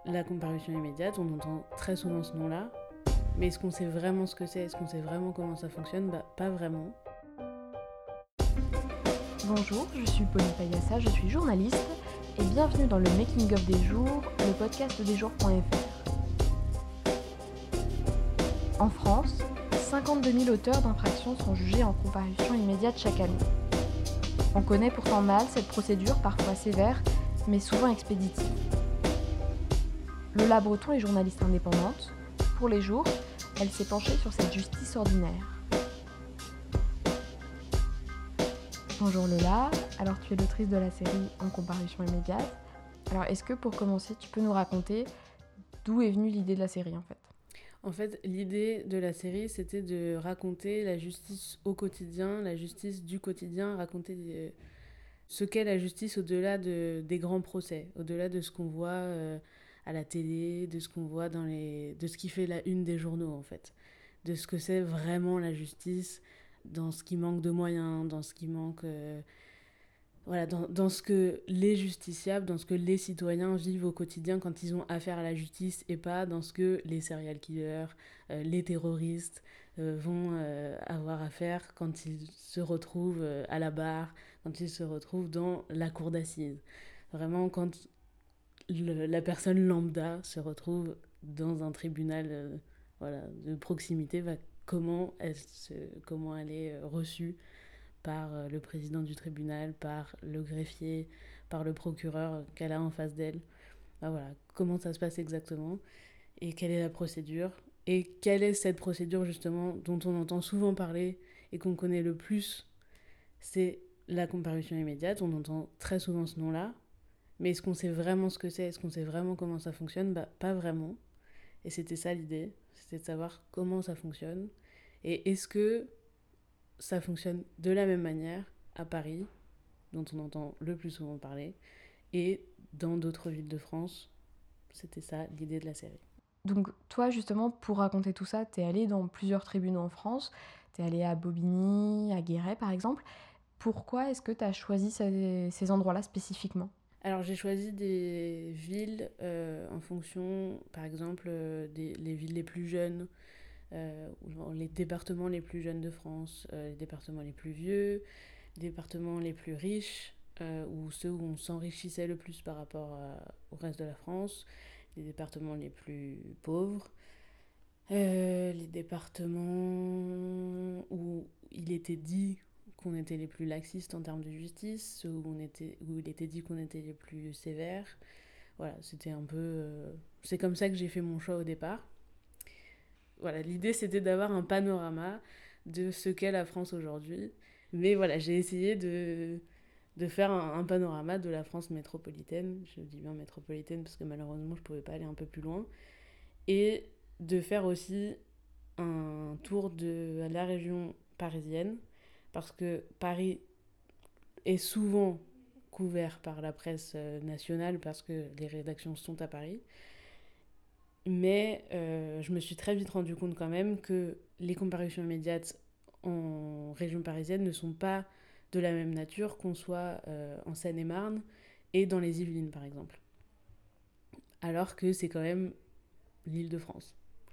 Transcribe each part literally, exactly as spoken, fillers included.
La comparution immédiate, on entend très souvent ce nom-là, mais est-ce qu'on sait vraiment ce que c'est? Est-ce qu'on sait vraiment comment ça fonctionne? Bah, pas vraiment. Bonjour, je suis Pauline Payassa, je suis journaliste et bienvenue dans le Making of des jours, le podcast des jours point f r. En France, cinquante-deux mille auteurs d'infractions sont jugés en comparution immédiate chaque année. On connaît pourtant mal cette procédure parfois sévère, mais souvent expéditive. Lola Breton est journaliste indépendante. Pour Les Jours, elle s'est penchée sur cette justice ordinaire. Bonjour Lola, alors tu es l'autrice de la série En comparution immédiate. Alors est-ce que pour commencer, tu peux nous raconter d'où est venue l'idée de la série en fait? En fait, l'idée de la série, c'était de raconter la justice au quotidien, la justice du quotidien, raconter euh, ce qu'est la justice au-delà de, des grands procès, au-delà de ce qu'on voit euh, à la télé, de ce qu'on voit dans les... de ce qui fait la une des journaux en fait, de ce que c'est vraiment la justice, dans ce qui manque de moyens, dans ce qui manque... Euh, Voilà, dans, dans ce que les justiciables, dans ce que les citoyens vivent au quotidien quand ils ont affaire à la justice et pas dans ce que les serial killers, euh, les terroristes euh, vont euh, avoir à faire quand ils se retrouvent euh, à la barre, quand ils se retrouvent dans la cour d'assises. Vraiment, quand le, la personne lambda se retrouve dans un tribunal euh, voilà, de proximité, va, comment, elle se, comment elle est euh, reçue par le président du tribunal, par le greffier, par le procureur qu'elle a en face d'elle. Ben voilà, comment ça se passe exactement et quelle est la procédure et quelle est cette procédure justement dont on entend souvent parler et qu'on connaît le plus, c'est la comparution immédiate. On entend très souvent ce nom-là, mais est-ce qu'on sait vraiment ce que c'est? Est-ce qu'on sait vraiment comment ça fonctionne? Bah, pas vraiment. Et c'était ça l'idée, c'était de savoir comment ça fonctionne et est-ce que ça fonctionne de la même manière à Paris, dont on entend le plus souvent parler, et dans d'autres villes de France. C'était ça l'idée de la série. Donc toi justement, pour raconter tout ça, t'es allée dans plusieurs tribunaux en France, t'es allée à Bobigny, à Guéret par exemple. Pourquoi est-ce que t'as choisi ces, ces endroits-là spécifiquement? Alors j'ai choisi des villes euh, en fonction, par exemple, euh, des les villes les plus jeunes, euh, les départements les plus jeunes de France, euh, les départements les plus vieux, les départements les plus riches, euh, ou ceux où on s'enrichissait le plus par rapport à, au reste de la France, les départements les plus pauvres, euh, les départements où il était dit qu'on était les plus laxistes en termes de justice, ceux où, on était, où il était dit qu'on était les plus sévères. Voilà, c'était un peu... Euh, c'est comme ça que j'ai fait mon choix au départ. Voilà, l'idée c'était d'avoir un panorama de ce qu'est la France aujourd'hui. Mais voilà, j'ai essayé de, de faire un, un panorama de la France métropolitaine. Je dis bien métropolitaine parce que malheureusement je pouvais pas aller un peu plus loin. Et de faire aussi un tour de la région parisienne, parce que Paris est souvent couvert par la presse nationale parce que les rédactions sont à Paris. Mais euh, je me suis très vite rendu compte quand même que les comparutions immédiates en région parisienne ne sont pas de la même nature qu'on soit euh, en Seine-et-Marne et dans les Yvelines par exemple. Alors que c'est quand même l'Île-de-France.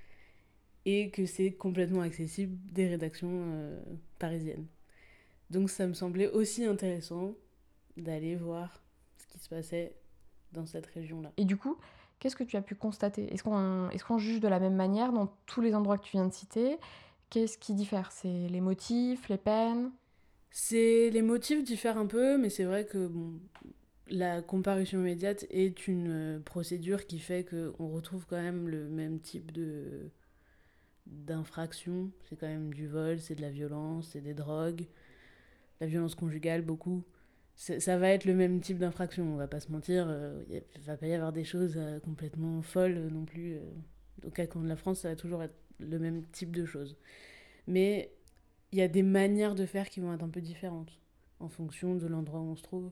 Et que c'est complètement accessible des rédactions euh, parisiennes. Donc ça me semblait aussi intéressant d'aller voir ce qui se passait dans cette région-là. Et du coup, qu'est-ce que tu as pu constater? Est-ce qu'on, est-ce qu'on juge de la même manière dans tous les endroits que tu viens de citer? Qu'est-ce qui diffère? C'est les motifs, les peines? C'est... Les motifs diffèrent un peu, mais c'est vrai que bon, la comparution immédiate est une procédure qui fait qu'on retrouve quand même le même type de... d'infraction. C'est quand même du vol, c'est de la violence, c'est des drogues, la violence conjugale beaucoup. C'est, ça va être le même type d'infraction, on va pas se mentir. Euh, il va pas y avoir des choses euh, complètement folles euh, non plus. Euh, au cas de la France, ça va toujours être le même type de choses. Mais il y a des manières de faire qui vont être un peu différentes en fonction de l'endroit où on se trouve.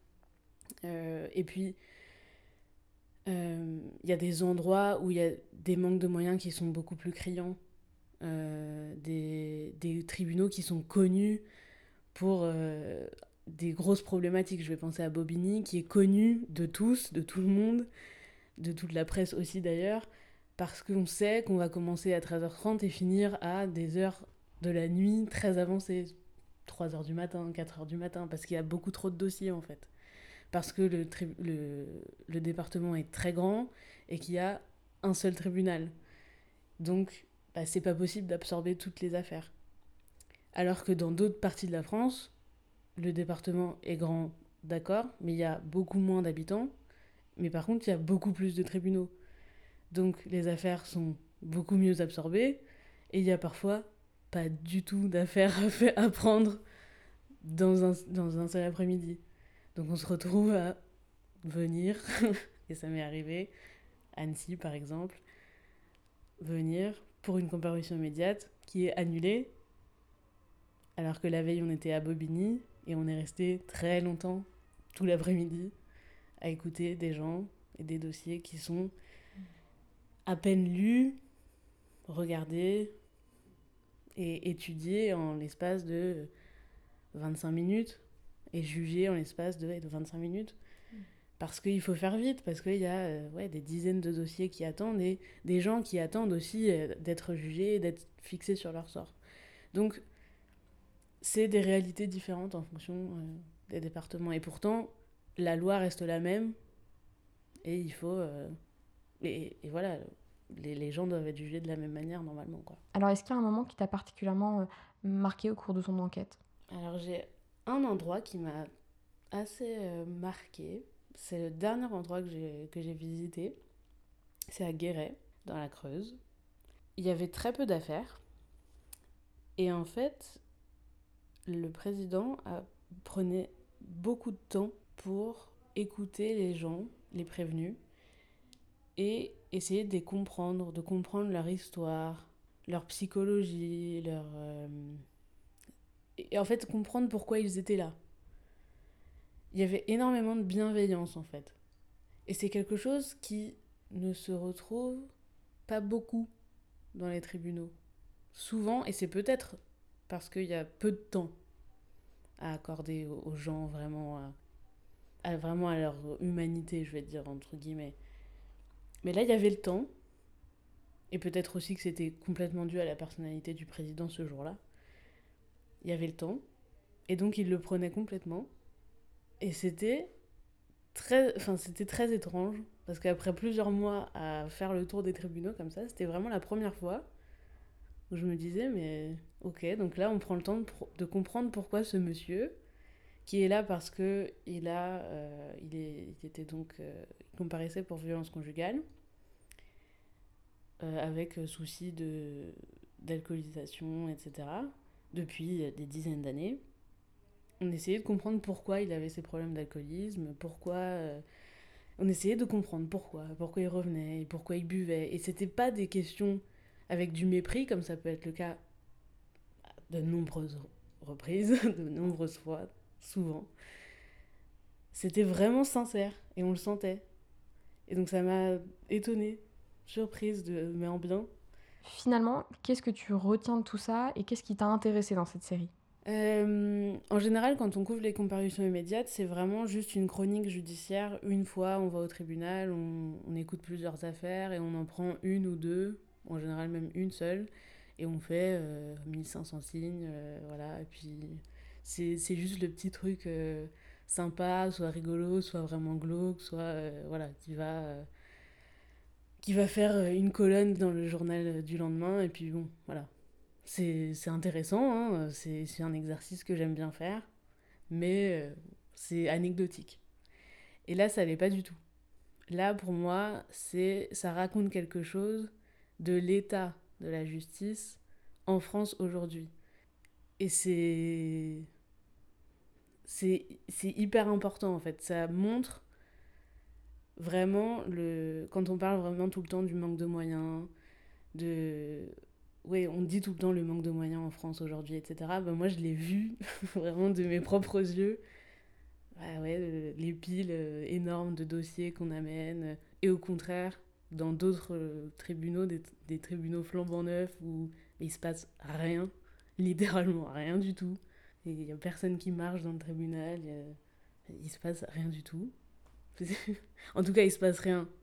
Euh, et puis, il euh, y a des endroits où il y a des manques de moyens qui sont beaucoup plus criants. Euh, des, des tribunaux qui sont connus pour euh, des grosses problématiques. Je vais penser à Bobigny, qui est connu de tous, de tout le monde, de toute la presse aussi d'ailleurs, parce qu'on sait qu'on va commencer à treize heures trente et finir à des heures de la nuit très avancées, trois heures du matin, quatre heures du matin, parce qu'il y a beaucoup trop de dossiers en fait. Parce que le, tri- le, le département est très grand et qu'il y a un seul tribunal. Donc, bah, c'est pas possible d'absorber toutes les affaires. Alors que dans d'autres parties de la France, le département est grand, d'accord, mais il y a beaucoup moins d'habitants. Mais par contre, il y a beaucoup plus de tribunaux. Donc, les affaires sont beaucoup mieux absorbées. Et il y a parfois pas du tout d'affaires à, faire, à prendre dans un, dans un seul après-midi. Donc, on se retrouve à venir, et ça m'est arrivé, Annecy par exemple, venir pour une comparution immédiate qui est annulée, alors que la veille on était à Bobigny et on est resté très longtemps, tout l'après-midi, à écouter des gens et des dossiers qui sont à peine lus, regardés et étudiés en l'espace de vingt-cinq minutes et jugés en l'espace de, de vingt-cinq minutes. Parce qu'il faut faire vite, parce qu'il y a euh, ouais, des dizaines de dossiers qui attendent et des gens qui attendent aussi euh, d'être jugés, d'être fixés sur leur sort. Donc, c'est des réalités différentes en fonction euh, des départements. Et pourtant, la loi reste la même et il faut... Euh, et, et voilà, les, les gens doivent être jugés de la même manière normalement, quoi. Alors, est-ce qu'il y a un moment qui t'a particulièrement euh, marqué au cours de ton enquête ? Alors, j'ai un endroit qui m'a assez euh, marqué. C'est le dernier endroit que j'ai, que j'ai visité. C'est à Guéret, dans la Creuse. Il y avait très peu d'affaires. Et en fait, le président a, prenait beaucoup de temps pour écouter les gens, les prévenus, et essayer de les comprendre, de comprendre leur histoire, leur psychologie, leur... Euh... Et en fait, comprendre pourquoi ils étaient là. Il y avait énormément de bienveillance, en fait. Et c'est quelque chose qui ne se retrouve pas beaucoup dans les tribunaux. Souvent, et c'est peut-être parce qu'il y a peu de temps à accorder aux gens vraiment à, à, vraiment à leur humanité, je vais dire, entre guillemets. Mais là, il y avait le temps, et peut-être aussi que c'était complètement dû à la personnalité du président ce jour-là. Il y avait le temps, et donc il le prenait complètement. Et c'était très, enfin, c'était très étrange, parce qu'après plusieurs mois à faire le tour des tribunaux comme ça, c'était vraiment la première fois où je me disais, mais ok, donc là on prend le temps de, pro- de comprendre pourquoi ce monsieur, qui est là parce que il a, euh, il, est, il était donc, euh, il comparaissait pour violence conjugale, euh, avec souci de, d'alcoolisation, et cetera, depuis des dizaines d'années. On essayait de comprendre pourquoi il avait ces problèmes d'alcoolisme, pourquoi... euh, on essayait de comprendre pourquoi, pourquoi il revenait, et pourquoi il buvait. Et c'était pas des questions avec du mépris, comme ça peut être le cas de nombreuses reprises, de nombreuses fois, souvent. C'était vraiment sincère, et on le sentait. Et donc ça m'a étonnée, surprise, de, mais en bien. Finalement, qu'est-ce que tu retiens de tout ça et qu'est-ce qui t'a intéressé dans cette série ? Euh, en général, quand on couvre les comparutions immédiates, c'est vraiment juste une chronique judiciaire. Une fois, on va au tribunal, on, on écoute plusieurs affaires et on en prend une ou deux, en général même une seule, et on fait euh, mille cinq cents signes, euh, voilà. Et puis, c'est, c'est juste le petit truc euh, sympa, soit rigolo, soit vraiment glauque, soit, euh, voilà, qui va, euh, qui va faire une colonne dans le journal du lendemain, et puis bon, voilà. C'est, c'est intéressant, hein, c'est, c'est un exercice que j'aime bien faire, mais euh, c'est anecdotique. Et là, ça l'est pas du tout. Là, pour moi, c'est, ça raconte quelque chose de l'état de la justice en France aujourd'hui. Et c'est, c'est, c'est hyper important, en fait. Ça montre vraiment, le, quand on parle vraiment tout le temps du manque de moyens, de... Oui, on dit tout le temps le manque de moyens en France aujourd'hui, et cetera. Ben moi, je l'ai vu vraiment de mes propres yeux. Ah ouais, les piles énormes de dossiers qu'on amène. Et au contraire, dans d'autres tribunaux, des, des tribunaux flambant neufs où il se passe rien, littéralement rien du tout. Il n'y a personne qui marche dans le tribunal, il, y a... il se passe rien du tout. En tout cas, il se passe rien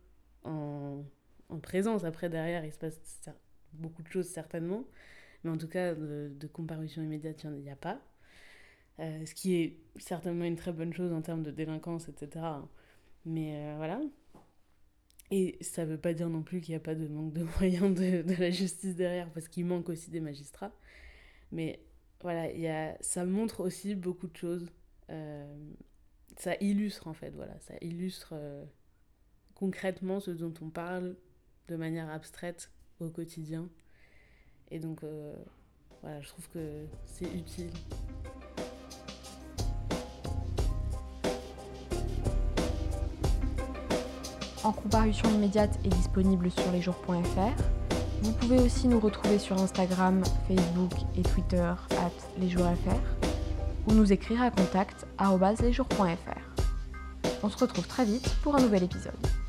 en, en présence. Après, derrière, il se passe beaucoup de choses certainement, mais en tout cas, de, de comparution immédiate, il n'y a pas. Euh, ce qui est certainement une très bonne chose en termes de délinquance, et cetera. Mais euh, voilà. Et ça ne veut pas dire non plus qu'il n'y a pas de manque de moyens de, de la justice derrière, parce qu'il manque aussi des magistrats. Mais voilà, y a, ça montre aussi beaucoup de choses. Euh, ça illustre en fait, voilà, ça illustre euh, concrètement ce dont on parle de manière abstraite au quotidien. Et donc, euh, voilà, je trouve que c'est utile. En comparution immédiate est disponible sur lesjours point f r. Vous pouvez aussi nous retrouver sur Instagram, Facebook et Twitter arobase lesjours.fr ou nous écrire à contact arobase lesjours point f r. On se retrouve très vite pour un nouvel épisode.